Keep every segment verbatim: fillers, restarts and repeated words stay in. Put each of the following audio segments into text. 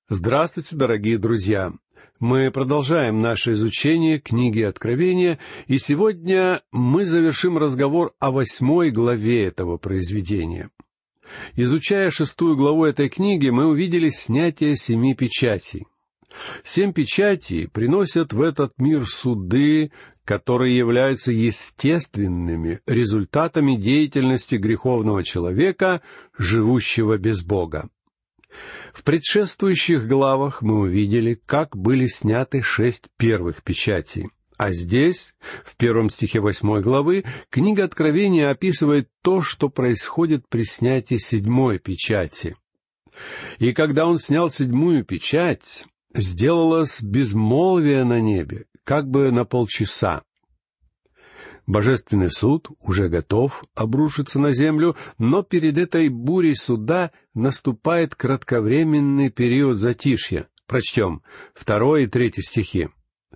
Здравствуйте, дорогие друзья! Мы продолжаем наше изучение книги Откровения, и сегодня мы завершим разговор о восьмой главе этого произведения. Изучая шестую главу этой книги, мы увидели снятие семи печатей. Семь печатей приносят в этот мир суды, которые являются естественными результатами деятельности греховного человека, живущего без Бога. В предшествующих главах мы увидели, как были сняты шесть первых печатей. А здесь, в первом стихе восьмой главы, книга Откровения описывает то, что происходит при снятии седьмой печати. «И когда он снял седьмую печать, сделалось безмолвие на небе, как бы на полчаса». Божественный суд уже готов обрушиться на землю, но перед этой бурей суда наступает кратковременный период затишья. Прочтем второй и третий стихи.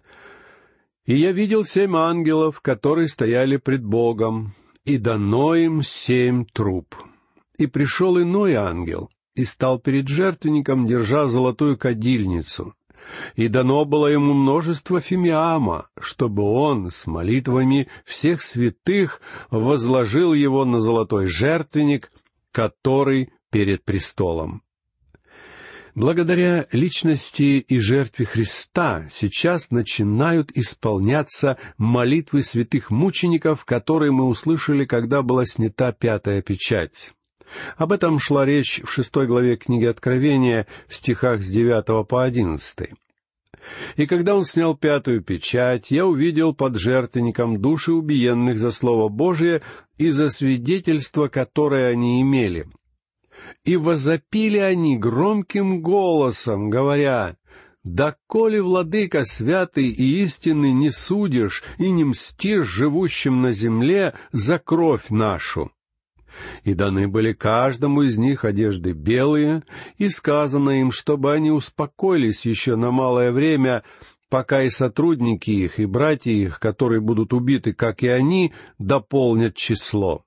«И я видел семь ангелов, которые стояли пред Богом, и дано им семь труб. И пришел иной ангел, и стал перед жертвенником, держа золотую кадильницу. И дано было ему множество фимиама, чтобы он с молитвами всех святых возложил его на золотой жертвенник, который перед престолом». Благодаря личности и жертве Христа сейчас начинают исполняться молитвы святых мучеников, которые мы услышали, когда была снята пятая печать. Об этом шла речь в шестой главе книги Откровения, в стихах с девятого по одиннадцатый. «И когда он снял пятую печать, я увидел под жертвенником души убиенных за Слово Божие и за свидетельство, которое они имели. И возопили они громким голосом, говоря: „Доколе, владыка святый и истинный, не судишь и не мстишь живущим на земле за кровь нашу?“ И даны были каждому из них одежды белые, и сказано им, чтобы они успокоились еще на малое время, пока и сотрудники их, и братья их, которые будут убиты, как и они, дополнят число».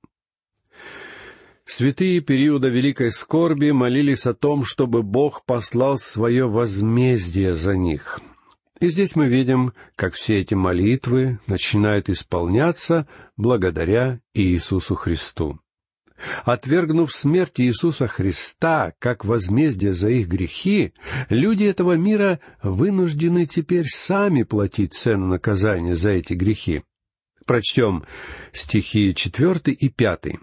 Святые периода великой скорби молились о том, чтобы Бог послал свое возмездие за них. И здесь мы видим, как все эти молитвы начинают исполняться благодаря Иисусу Христу. Отвергнув смерть Иисуса Христа как возмездие за их грехи, люди этого мира вынуждены теперь сами платить цену наказания за эти грехи. Прочтем стихи четвертый и пятый.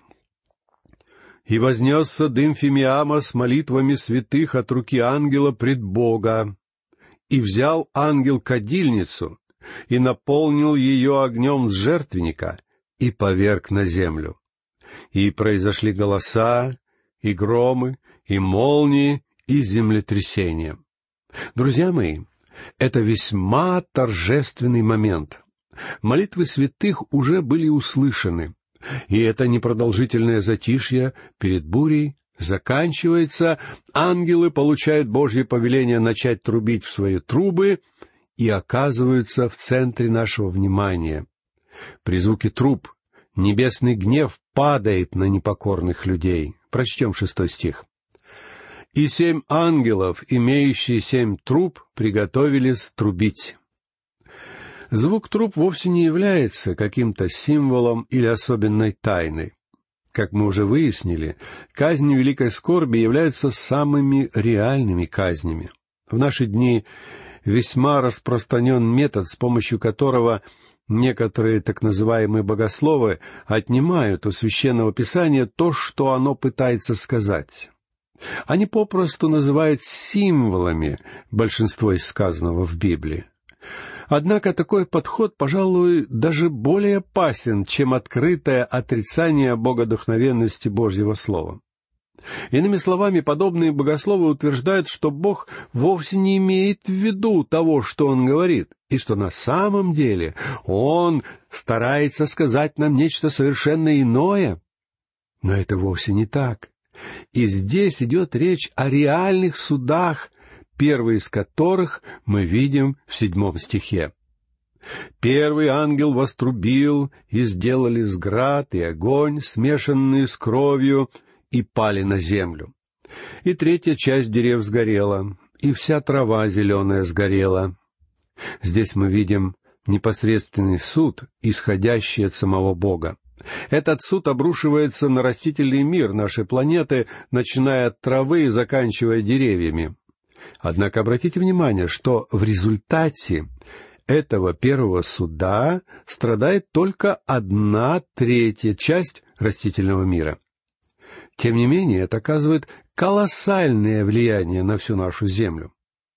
«И вознесся дым фимиама с молитвами святых от руки ангела пред Бога. И взял ангел кадильницу, и наполнил ее огнем с жертвенника, и поверг на землю. И произошли голоса, и громы, и молнии, и землетрясения». Друзья мои, это весьма торжественный момент. Молитвы святых уже были услышаны, и это непродолжительное затишье перед бурей заканчивается, ангелы получают Божье повеление начать трубить в свои трубы и оказываются в центре нашего внимания. При звуке труб небесный гнев падает на непокорных людей. Прочтем шестой стих. «И семь ангелов, имеющие семь труб, приготовились трубить». Звук труб вовсе не является каким-то символом или особенной тайной. Как мы уже выяснили, казни великой скорби являются самыми реальными казнями. В наши дни весьма распространен метод, с помощью которого некоторые так называемые богословы отнимают у Священного Писания то, что оно пытается сказать. Они попросту называют символами большинство из сказанного в Библии. Однако такой подход, пожалуй, даже более опасен, чем открытое отрицание богодухновенности Божьего Слова. Иными словами, подобные богословы утверждают, что Бог вовсе не имеет в виду того, что Он говорит, и что на самом деле Он старается сказать нам нечто совершенно иное. Но это вовсе не так. И здесь идет речь о реальных судах, первый из которых мы видим в седьмом стихе. «Первый ангел вострубил, и сделались град и огонь, смешанные с кровью, и пали на землю. И третья часть дерев сгорела, и вся трава зеленая сгорела». Здесь мы видим непосредственный суд, исходящий от самого Бога. Этот суд обрушивается на растительный мир нашей планеты, начиная от травы и заканчивая деревьями. Однако обратите внимание, что в результате этого первого суда страдает только одна третья часть растительного мира. Тем не менее, это оказывает колоссальное влияние на всю нашу землю.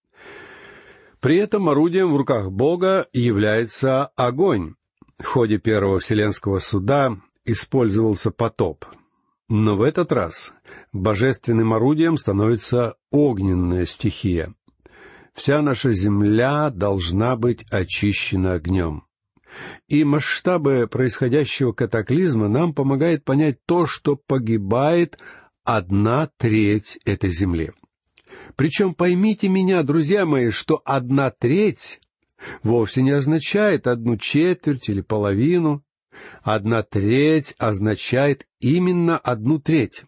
При этом орудием в руках Бога является огонь. В ходе первого Вселенского суда использовался потоп. Но в этот раз божественным орудием становится огненная стихия. Вся наша земля должна быть очищена огнем. И масштабы происходящего катаклизма нам помогает понять то, что погибает одна треть этой земли. Причем поймите меня, друзья мои, что одна треть вовсе не означает одну четверть или половину. Одна треть означает именно одну треть.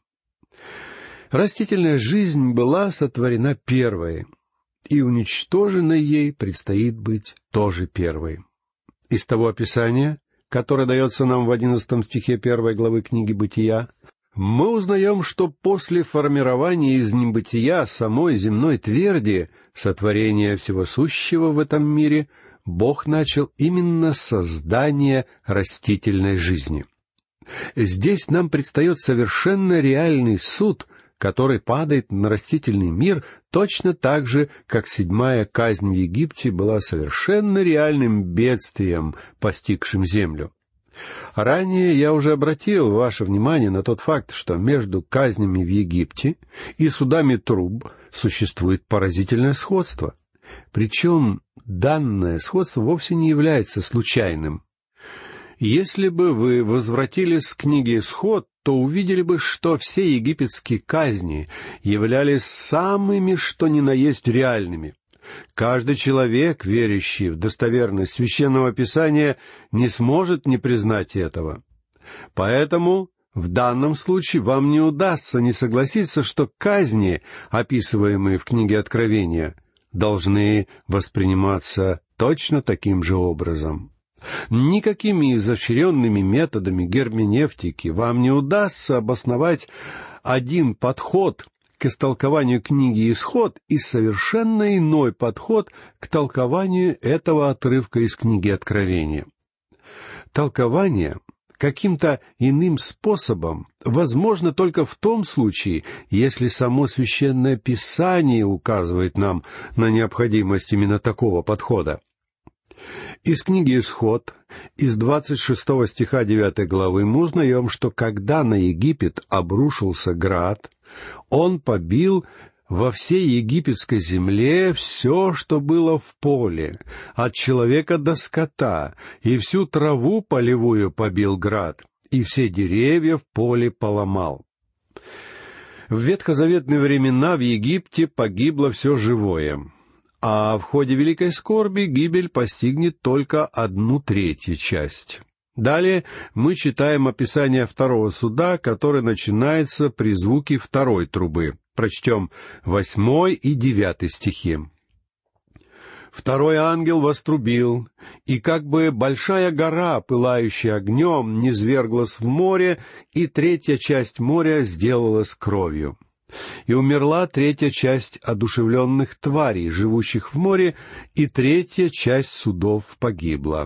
Растительная жизнь была сотворена первой, и уничтоженной ей предстоит быть тоже первой. Из того описания, которое дается нам в одиннадцатом стихе первой главы книги «Бытия», мы узнаем, что после формирования из небытия самой земной тверди, сотворения всего сущего в этом мире, Бог начал именно создание растительной жизни. Здесь нам предстает совершенно реальный суд, который падает на растительный мир точно так же, как седьмая казнь в Египте была совершенно реальным бедствием, постигшим землю. Ранее я уже обратил ваше внимание на тот факт, что между казнями в Египте и судами труб существует поразительное сходство. Причем данное сходство вовсе не является случайным. Если бы вы возвратились к книге «Исход», то увидели бы, что все египетские казни являлись самыми что ни на есть реальными. Каждый человек, верящий в достоверность Священного Писания, не сможет не признать этого. Поэтому в данном случае вам не удастся не согласиться, что казни, описываемые в книге Откровения, должны восприниматься точно таким же образом. Никакими изощренными методами герменевтики вам не удастся обосновать один подход к истолкованию книги «Исход» и совершенно иной подход к толкованию этого отрывка из книги Откровения. Толкование каким-то иным способом возможно только в том случае, если само Священное Писание указывает нам на необходимость именно такого подхода. Из книги «Исход», из двадцать шестого стиха девятой главы, мы узнаем, что когда на Египет обрушился град, он побил во всей египетской земле все, что было в поле, от человека до скота, и всю траву полевую побил град, и все деревья в поле поломал. В ветхозаветные времена в Египте погибло все живое, а в ходе великой скорби гибель постигнет только одну третью часть. Далее мы читаем описание второго суда, который начинается при звуке второй трубы. Прочтем восьмой и девятый стихи. «Второй ангел вострубил, и как бы большая гора, пылающая огнем, низверглась в море, и третья часть моря сделалась кровью. И умерла третья часть одушевленных тварей, живущих в море, и третья часть судов погибла».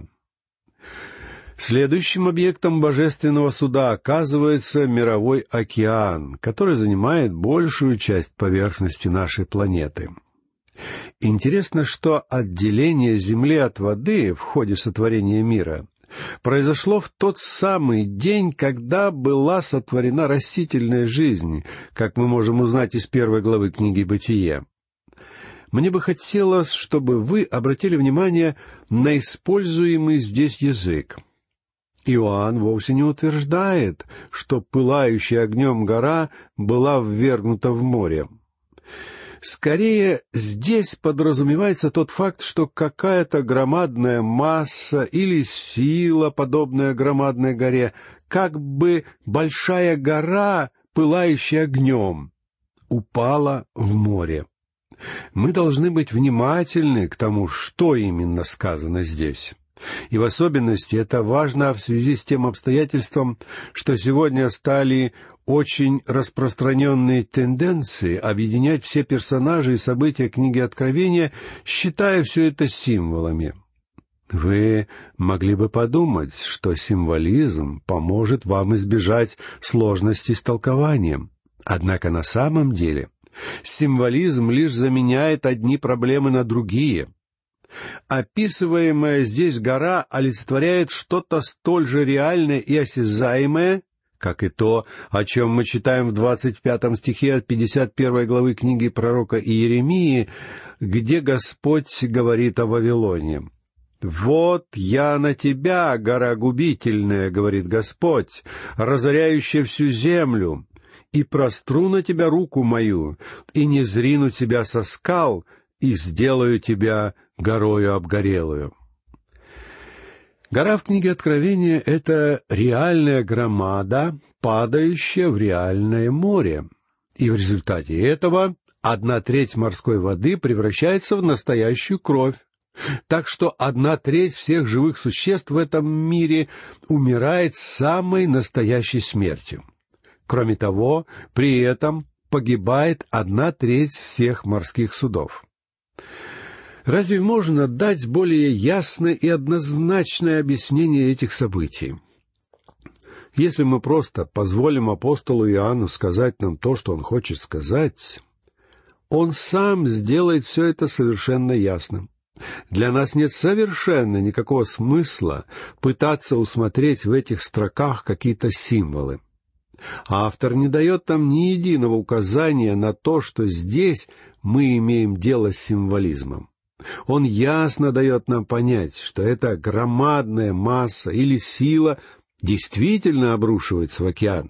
Следующим объектом божественного суда оказывается мировой океан, который занимает большую часть поверхности нашей планеты. Интересно, что отделение Земли от воды в ходе сотворения мира произошло в тот самый день, когда была сотворена растительная жизнь, как мы можем узнать из первой главы книги «Бытие». Мне бы хотелось, чтобы вы обратили внимание на используемый здесь язык. Иоанн вовсе не утверждает, что пылающая огнем гора была ввергнута в море. Скорее, здесь подразумевается тот факт, что какая-то громадная масса или сила, подобная громадной горе, как бы большая гора, пылающая огнем, упала в море. Мы должны быть внимательны к тому, что именно сказано здесь. И в особенности это важно в связи с тем обстоятельством, что сегодня стали очень распространенные тенденции объединять все персонажи и события книги Откровения, считая все это символами. Вы могли бы подумать, что символизм поможет вам избежать сложностей с толкованием. Однако на самом деле символизм лишь заменяет одни проблемы на другие. Описываемая здесь гора олицетворяет что-то столь же реальное и осязаемое, как и то, о чем мы читаем в двадцать пятом стихе от пятьдесят первой главы книги пророка Иеремии, где Господь говорит о Вавилоне. «Вот я на тебя, гора губительная, — говорит Господь, — разоряющая всю землю, и простру на тебя руку мою, и не зрину тебя со скал, и сделаю тебя горою обгорелую». Гора в книге Откровения — это реальная громада, падающая в реальное море. И в результате этого одна треть морской воды превращается в настоящую кровь. Так что одна треть всех живых существ в этом мире умирает самой настоящей смертью. Кроме того, при этом погибает одна треть всех морских судов. Разве можно дать более ясное и однозначное объяснение этих событий? Если мы просто позволим апостолу Иоанну сказать нам то, что он хочет сказать, он сам сделает все это совершенно ясным. Для нас нет совершенно никакого смысла пытаться усмотреть в этих строках какие-то символы. Автор не дает нам ни единого указания на то, что здесь мы имеем дело с символизмом. Он ясно дает нам понять, что эта громадная масса или сила действительно обрушивается в океан.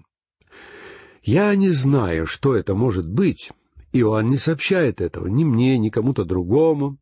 Я не знаю, что это может быть. Иоанн не сообщает этого ни мне, ни кому-то другому.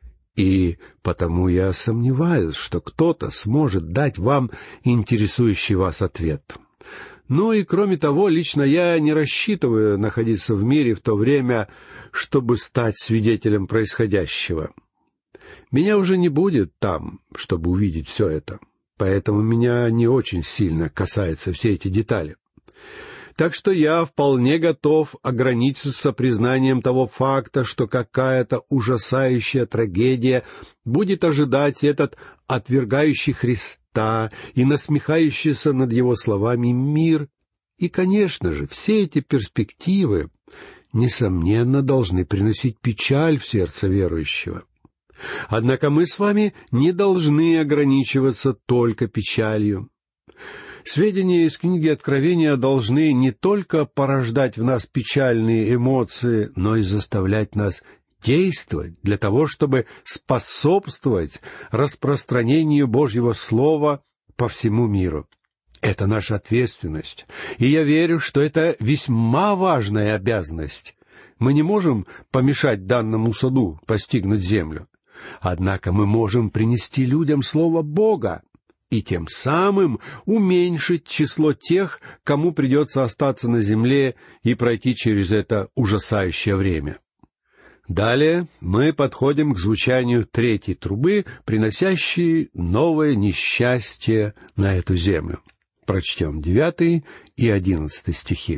И потому я сомневаюсь, что кто-то сможет дать вам интересующий вас ответ. Ну и кроме того, лично я не рассчитываю находиться в мире в то время, чтобы стать свидетелем происходящего. Меня уже не будет там, чтобы увидеть все это, поэтому меня не очень сильно касаются все эти детали. Так что я вполне готов ограничиться признанием того факта, что какая-то ужасающая трагедия будет ожидать этот отвергающий Христа и насмехающийся над Его словами мир. И, конечно же, все эти перспективы, несомненно, должны приносить печаль в сердце верующего. Однако мы с вами не должны ограничиваться только печалью. Сведения из книги Откровения должны не только порождать в нас печальные эмоции, но и заставлять нас действовать для того, чтобы способствовать распространению Божьего Слова по всему миру. Это наша ответственность, и я верю, что это весьма важная обязанность. Мы не можем помешать данному суду постигнуть землю, однако мы можем принести людям Слово Бога, и тем самым уменьшить число тех, кому придется остаться на земле и пройти через это ужасающее время. Далее мы подходим к звучанию третьей трубы, приносящей новое несчастье на эту землю. Прочтем девятый и одиннадцатый стихи.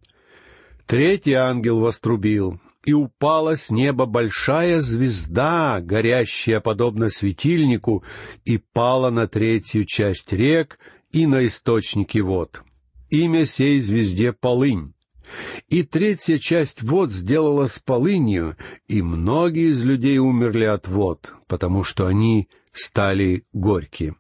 «Третий ангел вострубил, и упала с неба большая звезда, горящая подобно светильнику, и пала на третью часть рек и на источники вод. Имя сей звезде Полынь. И третья часть вод сделала с полынью, и многие из людей умерли от вод, потому что они стали горькие».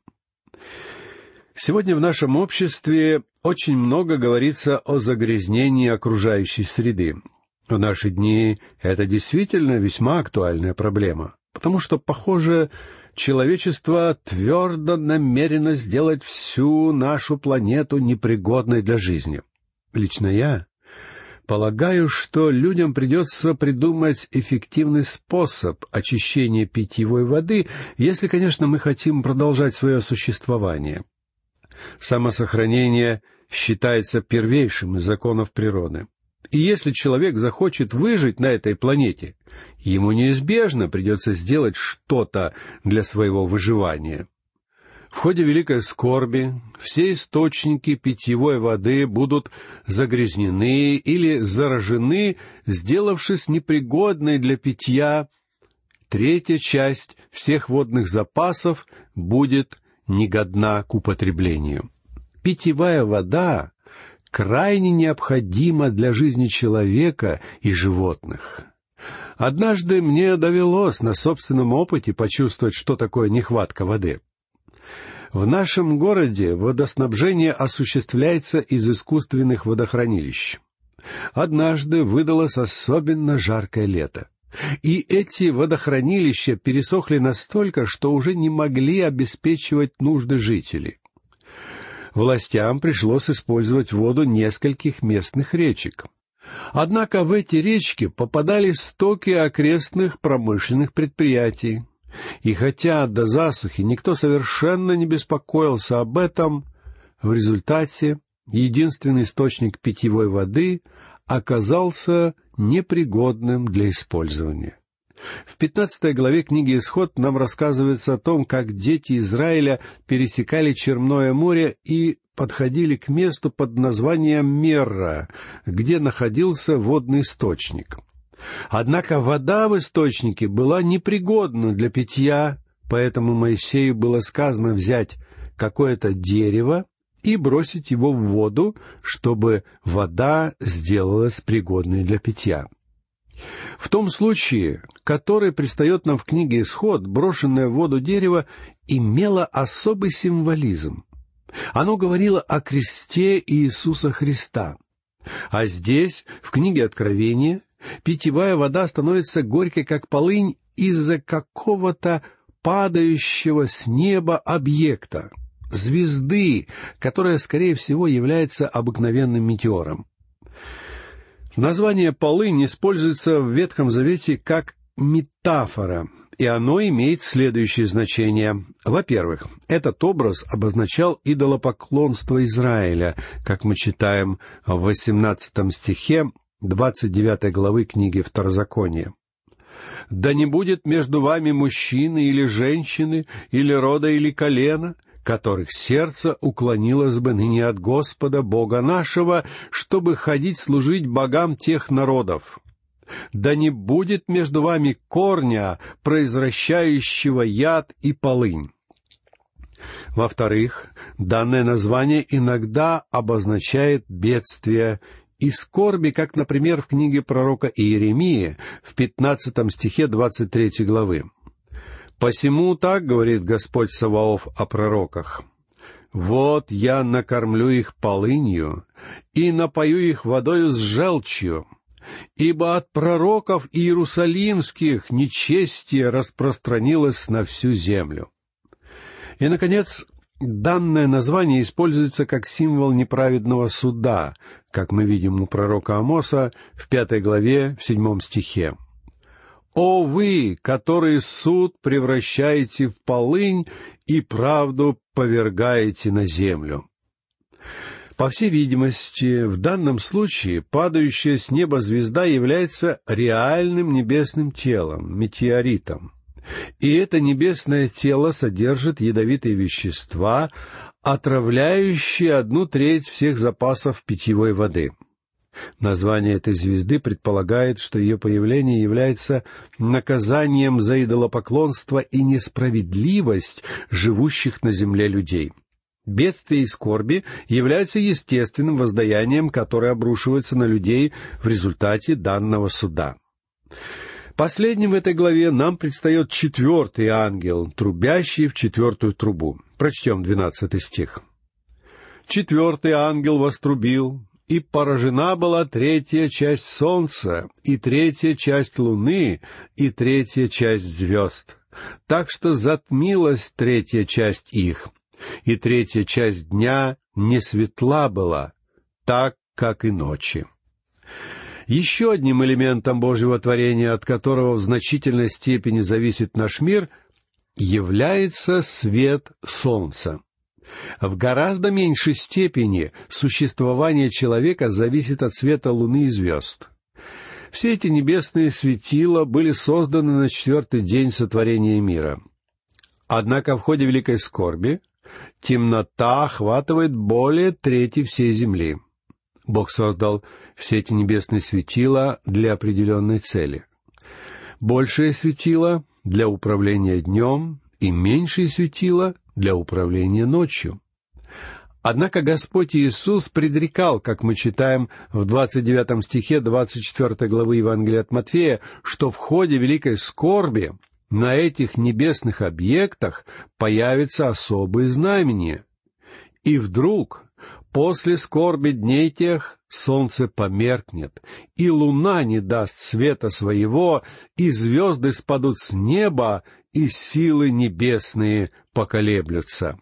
Сегодня в нашем обществе очень много говорится о загрязнении окружающей среды. В наши дни это действительно весьма актуальная проблема, потому что, похоже, человечество твердо намерено сделать всю нашу планету непригодной для жизни. Лично я полагаю, что людям придется придумать эффективный способ очищения питьевой воды, если, конечно, мы хотим продолжать свое существование. Самосохранение считается первейшим из законов природы. И если человек захочет выжить на этой планете, ему неизбежно придется сделать что-то для своего выживания. В ходе великой скорби все источники питьевой воды будут загрязнены или заражены, сделавшись непригодной для питья. Третья часть всех водных запасов будет негодна к употреблению. Питьевая вода крайне необходима для жизни человека и животных. Однажды мне довелось на собственном опыте почувствовать, что такое нехватка воды. В нашем городе водоснабжение осуществляется из искусственных водохранилищ. Однажды выдалось особенно жаркое лето, и эти водохранилища пересохли настолько, что уже не могли обеспечивать нужды жителей. Властям пришлось использовать воду нескольких местных речек. Однако в эти речки попадали стоки окрестных промышленных предприятий. И хотя до засухи никто совершенно не беспокоился об этом, в результате единственный источник питьевой воды оказался непригодным для использования. В пятнадцатой главе книги «Исход» нам рассказывается о том, как дети Израиля пересекали Черное море и подходили к месту под названием Мерра, где находился водный источник. Однако вода в источнике была непригодна для питья, поэтому Моисею было сказано взять какое-то дерево и бросить его в воду, чтобы вода сделалась пригодной для питья. В том случае, который предстает нам в книге «Исход», брошенное в воду дерево имело особый символизм. Оно говорило о кресте Иисуса Христа. А здесь, в книге Откровения, питьевая вода становится горькой, как полынь, из-за какого-то падающего с неба объекта, звезды, которая, скорее всего, является обыкновенным метеором. Название «полынь» используется в Ветхом Завете как метафора, и оно имеет следующее значение. Во-первых, этот образ обозначал идолопоклонство Израиля, как мы читаем в восемнадцатом стихе двадцать девятой главы книги Второзакония. «Да не будет между вами мужчины или женщины, или рода, или колена, которых сердце уклонилось бы ныне от Господа, Бога нашего, чтобы ходить служить богам тех народов. Да не будет между вами корня, произвращающего яд и полынь». Во-вторых, данное название иногда обозначает бедствие и скорби, как, например, в книге пророка Иеремии в пятнадцатом стихе двадцать третьей главы. «Посему так говорит Господь Саваоф о пророках: вот я накормлю их полынью и напою их водою с желчью, ибо от пророков иерусалимских нечестие распространилось на всю землю». И, наконец, данное название используется как символ неправедного суда, как мы видим у пророка Амоса в пятой главе, в седьмом стихе. «О вы, которые суд превращаете в полынь и правду повергаете на землю». По всей видимости, в данном случае падающая с неба звезда является реальным небесным телом, метеоритом. И это небесное тело содержит ядовитые вещества, отравляющие одну треть всех запасов питьевой воды. Название этой звезды предполагает, что ее появление является наказанием за идолопоклонство и несправедливость живущих на земле людей. Бедствия и скорби являются естественным воздаянием, которое обрушивается на людей в результате данного суда. Последним в этой главе нам предстает четвертый ангел, трубящий в четвертую трубу. Прочтем двенадцатый стих. «Четвертый ангел вострубил, и поражена была третья часть солнца, и третья часть луны, и третья часть звезд, так что затмилась третья часть их, и третья часть дня не светла была, так, как и ночи». Еще одним элементом Божьего творения, от которого в значительной степени зависит наш мир, является свет солнца. В гораздо меньшей степени существование человека зависит от света луны и звезд. Все эти небесные светила были созданы на четвертый день сотворения мира. Однако в ходе великой скорби темнота охватывает более трети всей земли. Бог создал все эти небесные светила для определенной цели. Большие светила — для управления днем, и меньшие светила — для управления ночью. Однако Господь Иисус предрекал, как мы читаем в двадцать девятом стихе двадцать четвёртой главы Евангелия от Матфея, что в ходе великой скорби на этих небесных объектах появятся особые знамения. И вдруг, после скорби дней тех, солнце померкнет, и луна не даст света своего, и звезды спадут с неба, и силы небесные поколеблются.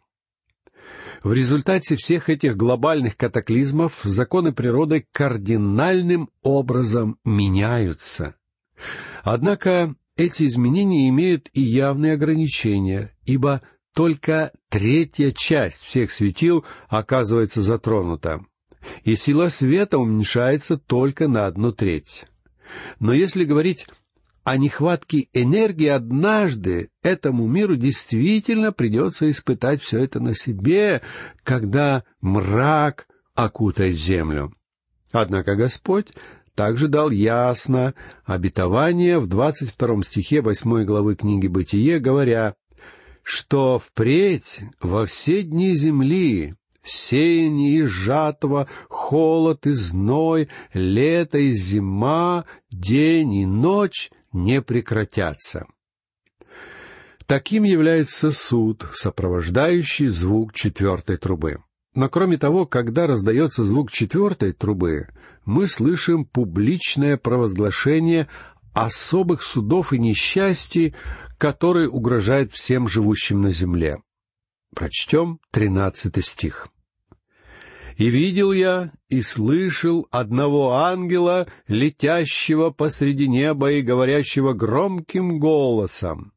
В результате всех этих глобальных катаклизмов законы природы кардинальным образом меняются. Однако эти изменения имеют и явные ограничения, ибо только третья часть всех светил оказывается затронута, и сила света уменьшается только на одну треть. Но если говорить о нехватке энергии, однажды этому миру действительно придется испытать все это на себе, когда мрак окутает землю. Однако Господь также дал ясно обетование в двадцать втором стихе восьмой главы книги «Бытие», говоря, что впредь во все дни земли, сеяние и жатва, холод и зной, лето и зима, день и ночь не прекратятся. Таким является суд, сопровождающий звук четвертой трубы. Но кроме того, когда раздается звук четвертой трубы, мы слышим публичное провозглашение особых судов и несчастий, которые угрожают всем живущим на земле. Прочтем тринадцатый стих. «И видел я, и слышал одного ангела, летящего посреди неба и говорящего громким голосом: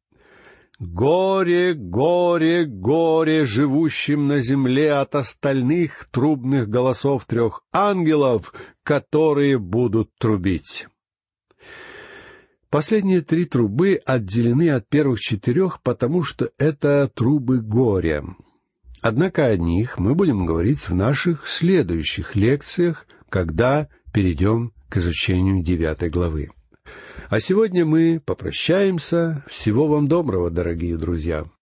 «Горе, горе, горе живущим на земле от остальных трубных голосов трех ангелов, которые будут трубить». Последние три трубы отделены от первых четырех, потому что это трубы горя. Однако о них мы будем говорить в наших следующих лекциях, когда перейдем к изучению девятой главы. А сегодня мы попрощаемся. Всего вам доброго, дорогие друзья!